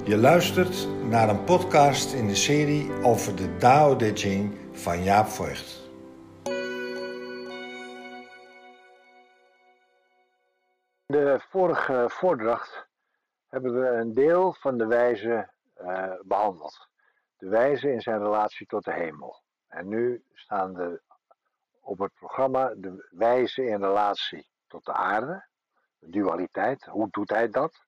Je luistert naar een podcast in de serie over de Tao Te Ching van Jaap Voigt. In de vorige voordracht hebben we een deel van de wijze behandeld. De wijze in zijn relatie tot de hemel. En nu staan er op het programma de wijze in relatie tot de aarde. De dualiteit, hoe doet hij dat?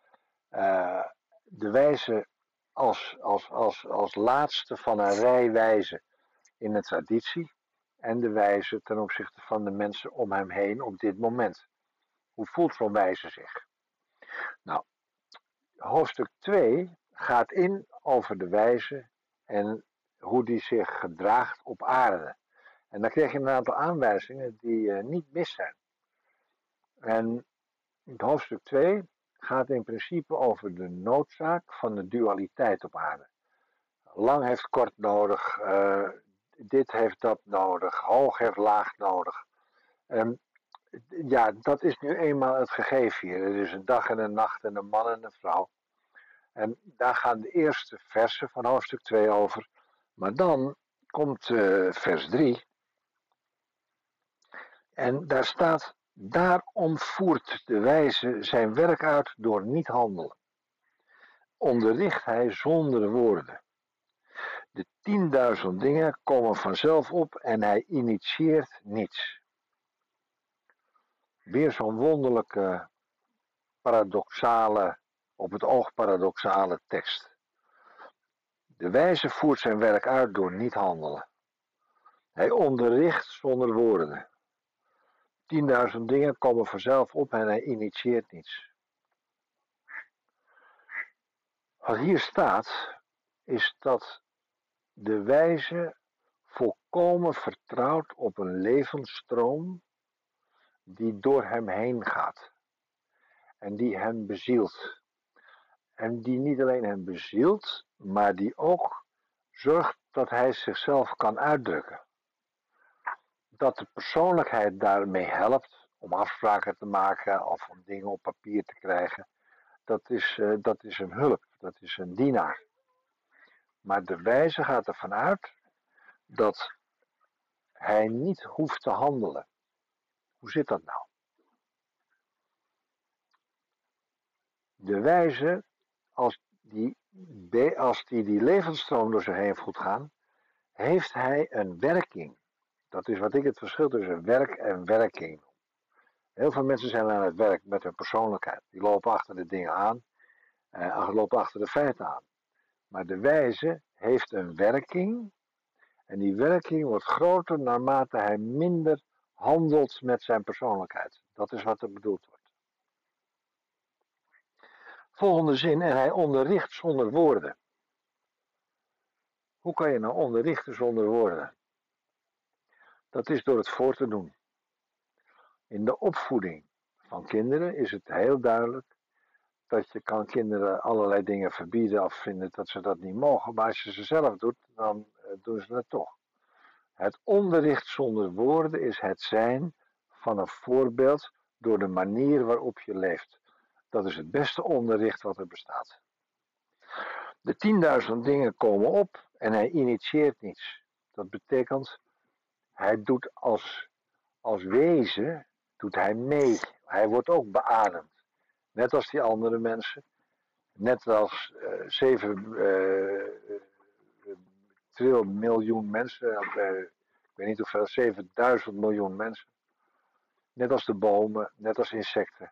De wijze als laatste van een rij wijzen in de traditie. En de wijze ten opzichte van de mensen om hem heen op dit moment. Hoe voelt zo'n wijze zich? Nou, hoofdstuk 2 gaat in over de wijze en hoe die zich gedraagt op aarde. En dan krijg je een aantal aanwijzingen die niet mis zijn. En het hoofdstuk 2 gaat in principe over de noodzaak van de dualiteit op aarde. Lang heeft kort nodig, dit heeft dat nodig, hoog heeft laag nodig. Ja, dat is nu eenmaal het gegeven hier. Er is een dag en een nacht en een man en een vrouw. En daar gaan de eerste versen van hoofdstuk 2 over. Maar dan komt vers 3. En daar staat: daarom voert de wijze zijn werk uit door niet handelen. Onderricht hij zonder woorden. De 10.000 dingen komen vanzelf op en hij initieert niets. Weer zo'n wonderlijke, paradoxale, op het oog paradoxale tekst. De wijze voert zijn werk uit door niet handelen. Hij onderricht zonder woorden. 10.000 dingen komen vanzelf op en hij initieert niets. Wat hier staat, is dat de wijze volkomen vertrouwt op een levensstroom die door hem heen gaat. En die hem bezielt. En die niet alleen hem bezielt, maar die ook zorgt dat hij zichzelf kan uitdrukken. Dat de persoonlijkheid daarmee helpt om afspraken te maken of om dingen op papier te krijgen. Dat is een hulp, dat is een dienaar. Maar de wijze gaat ervan uit dat hij niet hoeft te handelen. Hoe zit dat nou? De wijze, als die levensstroom door zich heen voelt gaan, heeft hij een werking. Dat is wat ik het verschil tussen werk en werking noem. Heel veel mensen zijn aan het werk met hun persoonlijkheid. Die lopen achter de dingen aan, lopen achter de feiten aan. Maar de wijze heeft een werking. En die werking wordt groter naarmate hij minder handelt met zijn persoonlijkheid. Dat is wat er bedoeld wordt. Volgende zin: en hij onderricht zonder woorden. Hoe kan je nou onderrichten zonder woorden? Dat is door het voor te doen. In de opvoeding van kinderen is het heel duidelijk dat je kan kinderen allerlei dingen verbieden of vinden dat ze dat niet mogen. Maar als je ze zelf doet, dan doen ze het toch. Het onderricht zonder woorden is het zijn van een voorbeeld door de manier waarop je leeft. Dat is het beste onderricht wat er bestaat. De 10.000 dingen komen op en hij initieert niets. Dat betekent, hij doet als wezen, doet hij mee. Hij wordt ook beademd. Net als die andere mensen. Net als 7 triljoen mensen. Ik weet niet hoeveel, 7000 miljoen mensen. Net als de bomen, net als insecten.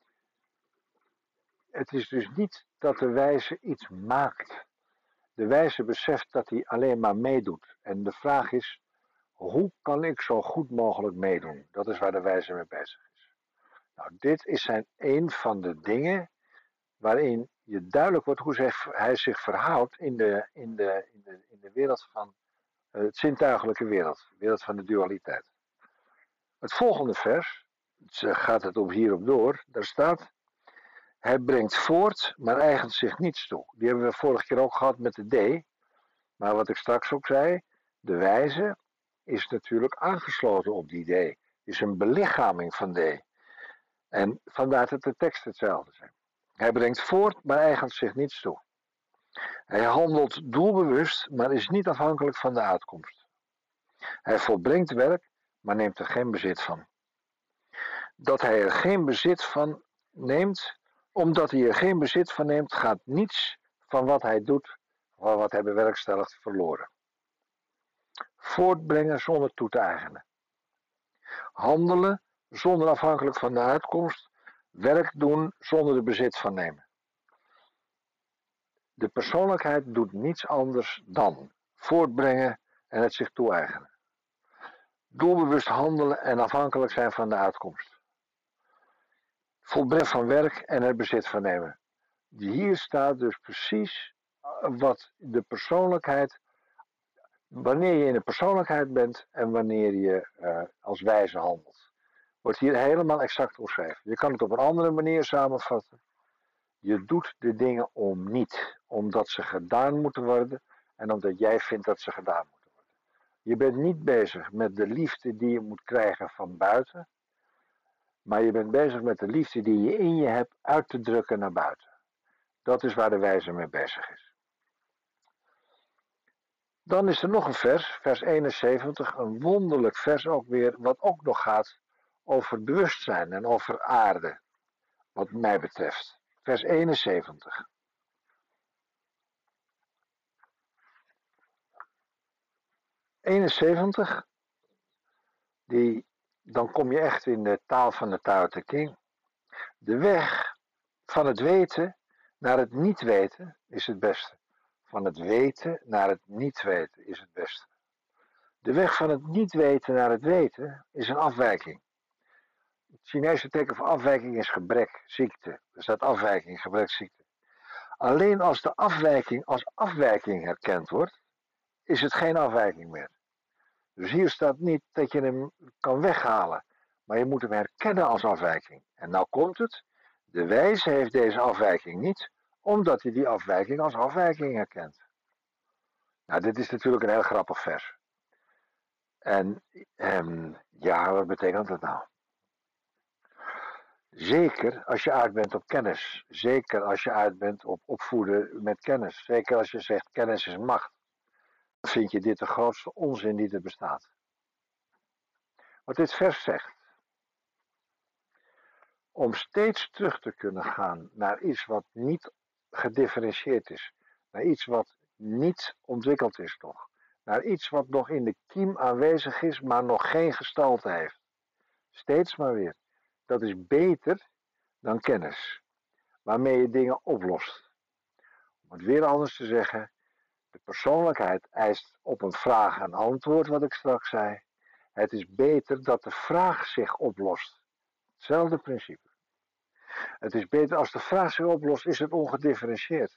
Het is dus niet dat de wijze iets maakt. De wijze beseft dat hij alleen maar meedoet. En de vraag is, hoe kan ik zo goed mogelijk meedoen? Dat is waar de wijze mee bezig is. Nou, dit is een van de dingen waarin je duidelijk wordt hoe hij zich verhoudt in de wereld van het zintuigelijke wereld. De wereld van de dualiteit. Het volgende vers, gaat het hierop door, daar staat: hij brengt voort, maar eigent zich niets toe. Die hebben we vorige keer ook gehad met de D. Maar wat ik straks ook zei, de wijze is natuurlijk aangesloten op die D. Is een belichaming van D. En vandaar dat de teksten hetzelfde zijn. Hij brengt voort, maar eigent zich niets toe. Hij handelt doelbewust, maar is niet afhankelijk van de uitkomst. Hij volbrengt werk, maar neemt er geen bezit van. Dat hij er geen bezit van neemt, omdat hij er geen bezit van neemt, gaat niets van wat hij doet, van wat hij bewerkstelligt, verloren. Voortbrengen zonder toe te eigenen. Handelen zonder afhankelijk van de uitkomst. Werk doen zonder er bezit van nemen. De persoonlijkheid doet niets anders dan voortbrengen en het zich toe-eigenen. Doelbewust handelen en afhankelijk zijn van de uitkomst. Volbrengen van werk en er bezit van nemen. Hier staat dus precies wat de persoonlijkheid, wanneer je in de persoonlijkheid bent en wanneer je als wijze handelt. Wordt hier helemaal exact omschreven. Je kan het op een andere manier samenvatten. Je doet de dingen om niet, omdat ze gedaan moeten worden en omdat jij vindt dat ze gedaan moeten worden. Je bent niet bezig met de liefde die je moet krijgen van buiten, maar je bent bezig met de liefde die je in je hebt uit te drukken naar buiten. Dat is waar de wijze mee bezig is. Dan is er nog een vers, vers 71, een wonderlijk vers ook weer, wat ook nog gaat over bewustzijn en over aarde, wat mij betreft. Vers 71. Dan kom je echt in de taal van de Tao Te Ching. De weg van het weten naar het niet weten is het beste. Van het weten naar het niet weten is het beste. De weg van het niet weten naar het weten is een afwijking. Het Chinese teken voor afwijking is gebrek, ziekte. Er staat afwijking, gebrek, ziekte. Alleen als de afwijking als afwijking herkend wordt, is het geen afwijking meer. Dus hier staat niet dat je hem kan weghalen, maar je moet hem herkennen als afwijking. En nou komt het, de wijze heeft deze afwijking niet, omdat hij die afwijking als afwijking herkent. Nou, dit is natuurlijk een heel grappig vers. En ja, wat betekent dat nou? Zeker als je uit bent op kennis. Zeker als je uit bent op opvoeden met kennis. Zeker als je zegt kennis is macht. Dan vind je dit de grootste onzin die er bestaat. Wat dit vers zegt. Om steeds terug te kunnen gaan naar iets wat niet gedifferentieerd is. Naar iets wat niet ontwikkeld is nog. Naar iets wat nog in de kiem aanwezig is, maar nog geen gestalte heeft. Steeds maar weer. Dat is beter dan kennis. Waarmee je dingen oplost. Om het weer anders te zeggen. De persoonlijkheid eist op een vraag een antwoord, wat ik straks zei. Het is beter dat de vraag zich oplost. Hetzelfde principe. Het is beter als de vraag zich oplost, is het ongedifferentieerd.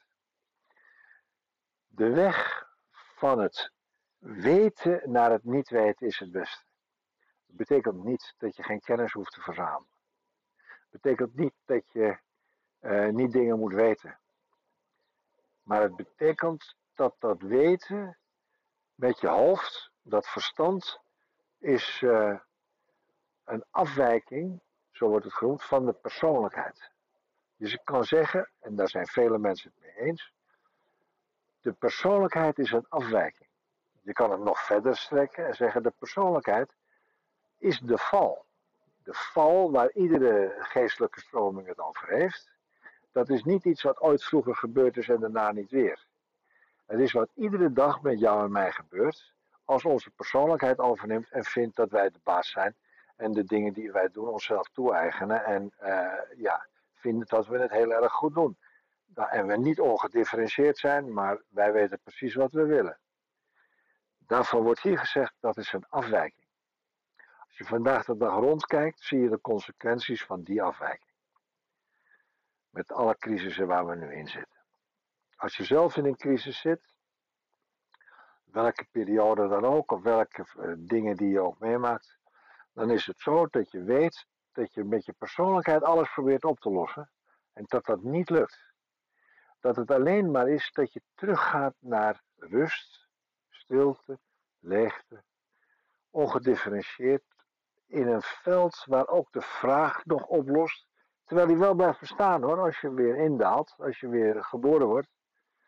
De weg van het weten naar het niet weten is het beste. Dat betekent niet dat je geen kennis hoeft te verzamelen. Dat betekent niet dat je niet dingen moet weten. Maar het betekent dat dat weten met je hoofd, dat verstand, is een afwijking, zo wordt het genoemd, van de persoonlijkheid. Dus ik kan zeggen, en daar zijn vele mensen het mee eens, de persoonlijkheid is een afwijking. Je kan het nog verder strekken en zeggen, de persoonlijkheid is de val. De val waar iedere geestelijke stroming het over heeft, dat is niet iets wat ooit vroeger gebeurd is en daarna niet weer. Het is wat iedere dag met jou en mij gebeurt, als onze persoonlijkheid overneemt en vindt dat wij de baas zijn en de dingen die wij doen onszelf toe-eigenen en vinden dat we het heel erg goed doen. En we niet ongedifferentieerd zijn, maar wij weten precies wat we willen. Daarvan wordt hier gezegd, dat is een afwijking. Als je vandaag de dag rondkijkt, zie je de consequenties van die afwijking. Met alle crisissen waar we nu in zitten. Als je zelf in een crisis zit, welke periode dan ook, of welke dingen die je ook meemaakt, dan is het zo dat je weet dat je met je persoonlijkheid alles probeert op te lossen en dat dat niet lukt. Dat het alleen maar is dat je teruggaat naar rust, stilte, leegte, ongedifferentieerd, in een veld waar ook de vraag nog oplost, terwijl die wel blijft bestaan hoor, als je weer indaalt, als je weer geboren wordt.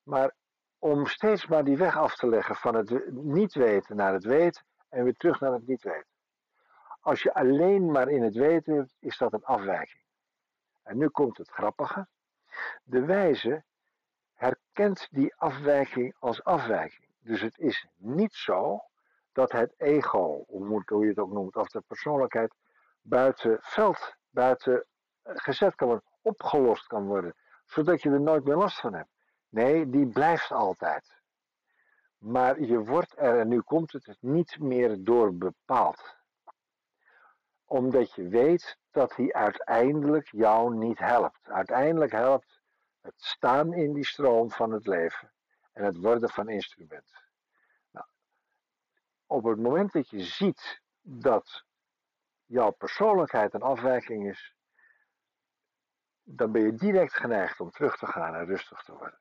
Maar om steeds maar die weg af te leggen van het niet weten naar het weten en weer terug naar het niet weten. Als je alleen maar in het weten hebt, is dat een afwijking. En nu komt het grappige. De wijze herkent die afwijking als afwijking. Dus het is niet zo dat het ego, hoe je het ook noemt, of de persoonlijkheid, buiten veld, buiten gezet kan worden, opgelost kan worden, zodat je er nooit meer last van hebt. Nee, die blijft altijd. Maar je wordt er, en nu komt het, niet meer door bepaald. Omdat je weet dat hij uiteindelijk jou niet helpt. Uiteindelijk helpt het staan in die stroom van het leven en het worden van instrument. Nou, op het moment dat je ziet dat jouw persoonlijkheid een afwijking is, dan ben je direct geneigd om terug te gaan en rustig te worden.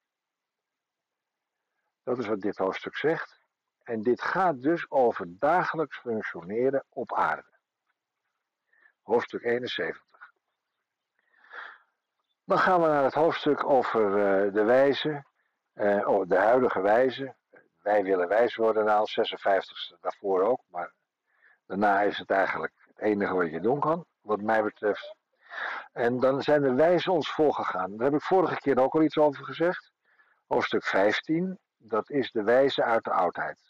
Dat is wat dit hoofdstuk zegt. En dit gaat dus over dagelijks functioneren op aarde. Hoofdstuk 71. Dan gaan we naar het hoofdstuk over de wijze, de huidige wijze. Wij willen wijs worden na ons 56e, daarvoor ook, maar daarna is het eigenlijk het enige wat je doen kan, wat mij betreft. En dan zijn de wijzen ons voorgegaan. Daar heb ik vorige keer ook al iets over gezegd. Hoofdstuk 15, dat is de wijze uit de oudheid.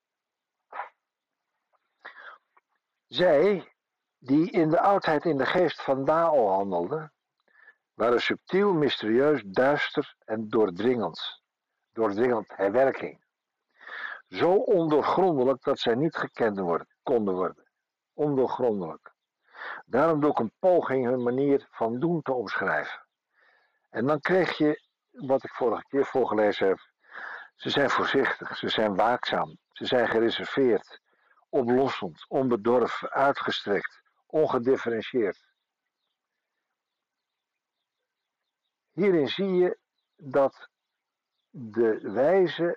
Zij, die in de oudheid in de geest van Dao handelden, waren subtiel, mysterieus, duister en doordringend. Doordringend herwerking. Zo ondoorgrondelijk dat zij niet gekend konden worden. Ondoorgrondelijk. Daarom doe ik een poging hun manier van doen te omschrijven. En dan kreeg je, wat ik vorige keer voorgelezen heb. Ze zijn voorzichtig, ze zijn waakzaam, ze zijn gereserveerd, oplossend, onbedorven, uitgestrekt, ongedifferentieerd. Hierin zie je dat de wijze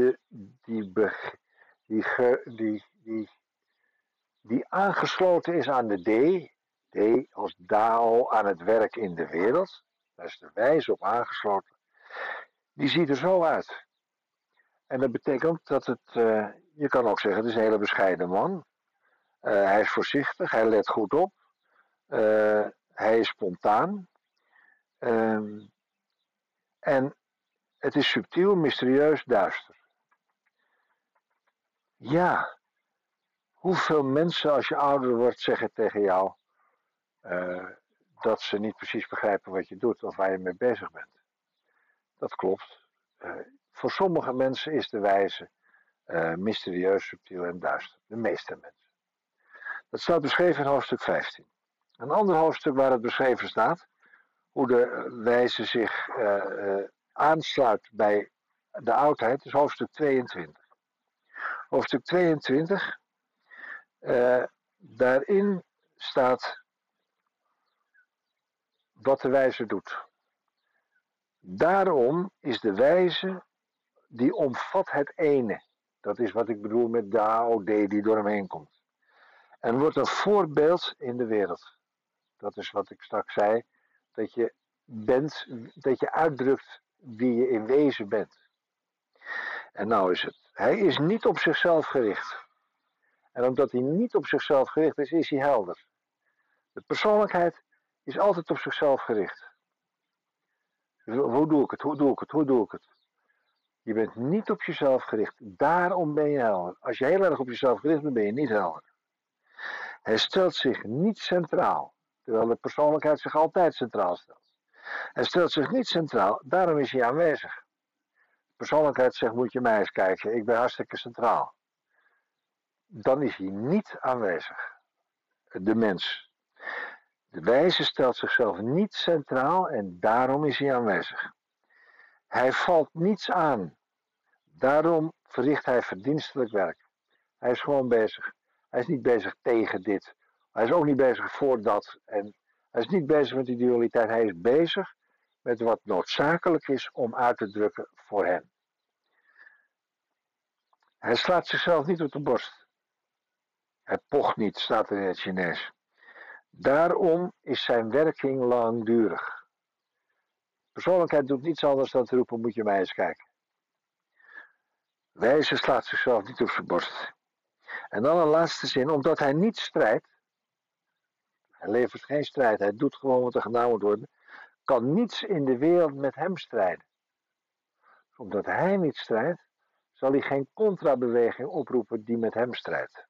die aangesloten is aan de D als Dao aan het werk in de wereld, daar is de wijze op aangesloten, die ziet er zo uit. En dat betekent dat het, je kan ook zeggen, het is een hele bescheiden man. Hij is voorzichtig, hij let goed op, hij is spontaan. En het is subtiel, mysterieus, duister. Ja, hoeveel mensen als je ouder wordt zeggen tegen jou dat ze niet precies begrijpen wat je doet of waar je mee bezig bent. Dat klopt. Voor sommige mensen is de wijze mysterieus, subtiel en duister. De meeste mensen. Dat staat beschreven in hoofdstuk 15. Een ander hoofdstuk waar het beschreven staat, hoe de wijze zich aansluit bij de oudheid, is hoofdstuk 22. Hoofdstuk 22, daarin staat wat de wijze doet. Daarom is de wijze, die omvat het ene. Dat is wat ik bedoel met Dao, D die door hem heen komt. En wordt een voorbeeld in de wereld. Dat is wat ik straks zei, dat je uitdrukt wie je in wezen bent. En nou is het, hij is niet op zichzelf gericht. En omdat hij niet op zichzelf gericht is, is hij helder. De persoonlijkheid is altijd op zichzelf gericht. Hoe doe ik het? Je bent niet op jezelf gericht. Daarom ben je helder. Als je heel erg op jezelf gericht bent, ben je niet helder. Hij stelt zich niet centraal. Terwijl de persoonlijkheid zich altijd centraal stelt. Hij stelt zich niet centraal, daarom is hij aanwezig. De persoonlijkheid zegt, moet je mij eens kijken, ik ben hartstikke centraal. Dan is hij niet aanwezig. De mens. De wijze stelt zichzelf niet centraal en daarom is hij aanwezig. Hij valt niets aan. Daarom verricht hij verdienstelijk werk. Hij is gewoon bezig. Hij is niet bezig tegen dit. Hij is ook niet bezig voor dat. En hij is niet bezig met die dualiteit. Hij is bezig met wat noodzakelijk is om uit te drukken voor hem. Hij slaat zichzelf niet op de borst. Hij pocht niet, staat er in het Chinees. Daarom is zijn werking langdurig. Persoonlijkheid doet niets anders dan te roepen, moet je mij eens kijken. Wijze slaat zichzelf niet op zijn borst. En dan een laatste zin, omdat hij niet strijdt, hij levert geen strijd, hij doet gewoon wat er gedaan moet worden, kan niets in de wereld met hem strijden. Omdat hij niet strijdt, zal hij geen contrabeweging oproepen die met hem strijdt.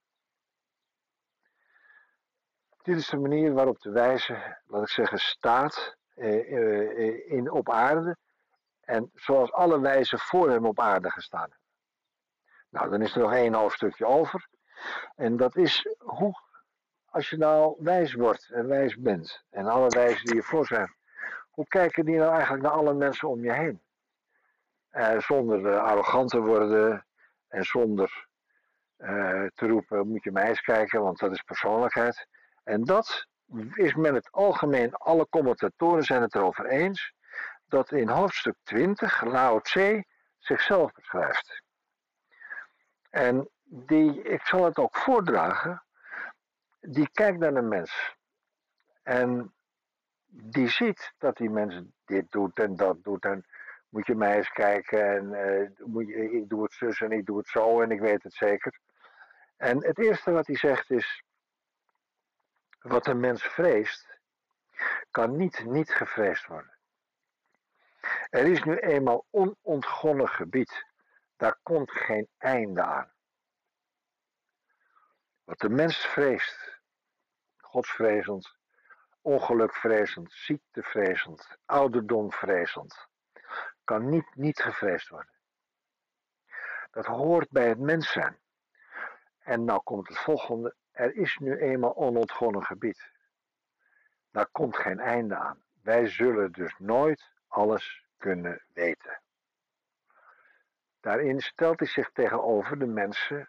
Dit is de manier waarop de wijze, laat ik zeggen, staat op aarde. En zoals alle wijzen voor hem op aarde gestaan hebben. Nou, dan is er nog 1 hoofdstukje over. En dat is hoe, als je nou wijs wordt en wijs bent. En alle wijzen die je voor zijn. Hoe kijken die nou eigenlijk naar alle mensen om je heen? Zonder arrogant te worden. En zonder te roepen, moet je mij eens kijken, want dat is persoonlijkheid. En dat is men het algemeen, alle commentatoren zijn het erover eens, dat in hoofdstuk 20 Lao Tse zichzelf beschrijft. En ik zal het ook voordragen, die kijkt naar de mens. En die ziet dat die mens dit doet en dat doet. En moet je mij eens kijken en ik doe het zus en ik doe het zo en ik weet het zeker. En het eerste wat hij zegt is, wat een mens vreest, kan niet gevreesd worden. Er is nu eenmaal onontgonnen gebied. Daar komt geen einde aan. Wat de mens vreest, godsvrezend, ongelukvrezend, ziektevrezend, ouderdomvrezend, kan niet gevreesd worden. Dat hoort bij het mens zijn. En nou komt het volgende, er is nu eenmaal onontgonnen gebied. Daar komt geen einde aan. Wij zullen dus nooit alles kunnen weten. Daarin stelt hij zich tegenover de mensen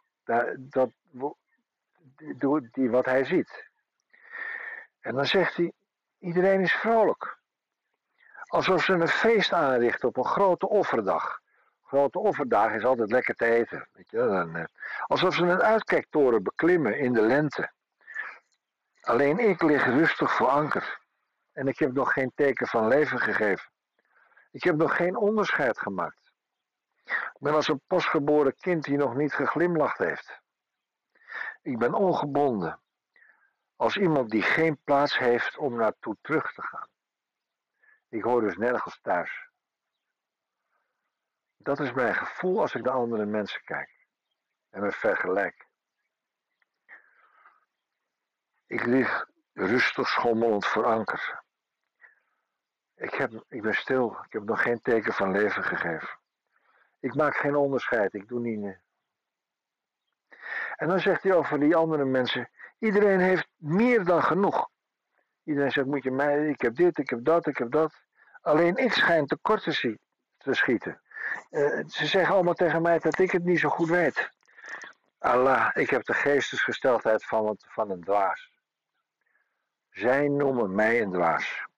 die wat hij ziet. En dan zegt hij, iedereen is vrolijk. Alsof ze een feest aanrichten op een grote offerdag. Grote offerdag is altijd lekker te eten. Weet je? Alsof ze een uitkijktoren beklimmen in de lente. Alleen ik lig rustig voor anker. En ik heb nog geen teken van leven gegeven. Ik heb nog geen onderscheid gemaakt. Ik ben als een pasgeboren kind die nog niet geglimlacht heeft. Ik ben ongebonden. Als iemand die geen plaats heeft om naartoe terug te gaan. Ik hoor dus nergens thuis. Dat is mijn gevoel als ik naar andere mensen kijk. En me vergelijk. Ik lig rustig schommelend voor anker. Ik ben stil. Ik heb nog geen teken van leven gegeven. Ik maak geen onderscheid. Ik doe niet. En dan zegt hij over die andere mensen. Iedereen heeft meer dan genoeg. Iedereen zegt, moet je mij, ik heb dit, ik heb dat, ik heb dat. Alleen ik schijn tekort te schieten. Ze zeggen allemaal tegen mij dat ik het niet zo goed weet. Allah, ik heb de geestesgesteldheid van een dwaas. Zij noemen mij een dwaas.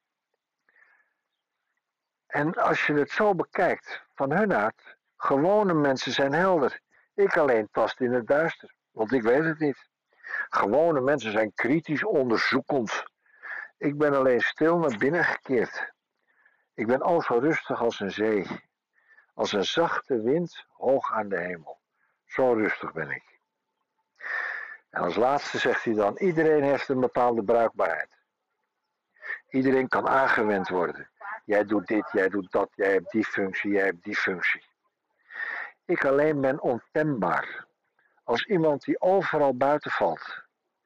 En als je het zo bekijkt, van hun aard, gewone mensen zijn helder. Ik alleen tast in het duister, want ik weet het niet. Gewone mensen zijn kritisch onderzoekend. Ik ben alleen stil naar binnen gekeerd. Ik ben al zo rustig als een zee. Als een zachte wind hoog aan de hemel. Zo rustig ben ik. En als laatste zegt hij dan, iedereen heeft een bepaalde bruikbaarheid. Iedereen kan aangewend worden. Jij doet dit, jij doet dat, jij hebt die functie, jij hebt die functie. Ik alleen ben ontembaar. Als iemand die overal buiten valt.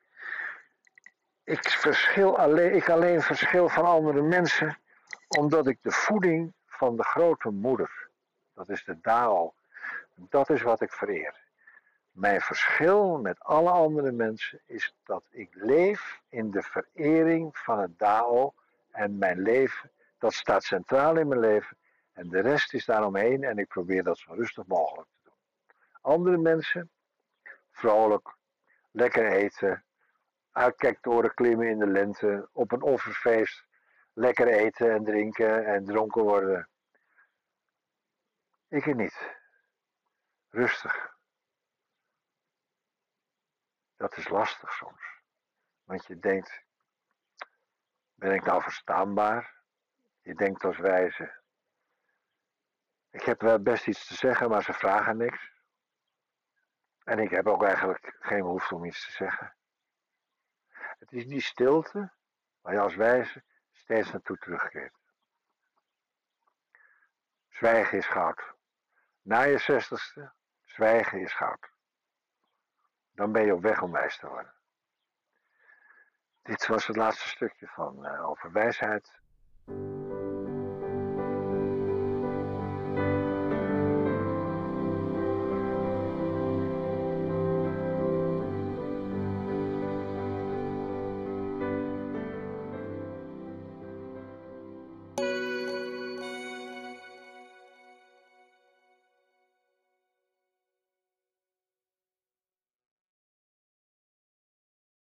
Ik alleen verschil van andere mensen, omdat ik de voeding van de grote moeder, dat is de Dao, dat is wat ik vereer. Mijn verschil met alle andere mensen is dat ik leef in de verering van het Dao en mijn leven, dat staat centraal in mijn leven en de rest is daaromheen en ik probeer dat zo rustig mogelijk te doen. Andere mensen, vrolijk, lekker eten, uitkijktoren klimmen in de lente, op een offerfeest, lekker eten en drinken en dronken worden. Ik er niet. Rustig. Dat is lastig soms. Want je denkt, ben ik nou verstaanbaar? Je denkt als wijze, Ik heb wel best iets te zeggen, maar ze vragen niks. En ik heb ook eigenlijk geen behoefte om iets te zeggen. Het is die stilte waar je als wijze steeds naartoe terugkeert. Zwijgen is goud. Na je 60ste, zwijgen is goud. Dan ben je op weg om wijs te worden. Dit was het laatste stukje van over wijsheid.